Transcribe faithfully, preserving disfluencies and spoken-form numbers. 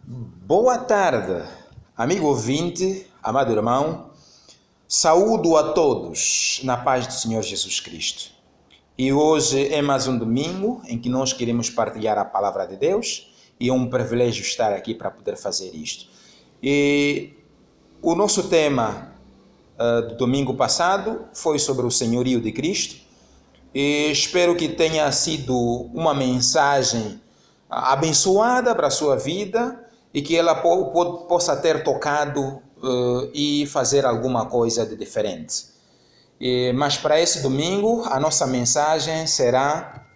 Boa tarde, amigo ouvinte, amado irmão. Saúdo a todos na paz do Senhor Jesus Cristo. E hoje é mais um domingo em que nós queremos partilhar a palavra de Deus e é um privilégio estar aqui para poder fazer isto. E o nosso tema uh, do domingo passado foi sobre o senhorio de Cristo e espero que tenha sido uma mensagem abençoada para a sua vida e que ela po po possa ter tocado uh, e fazer alguma coisa de diferente. E, mas para esse domingo, a nossa mensagem será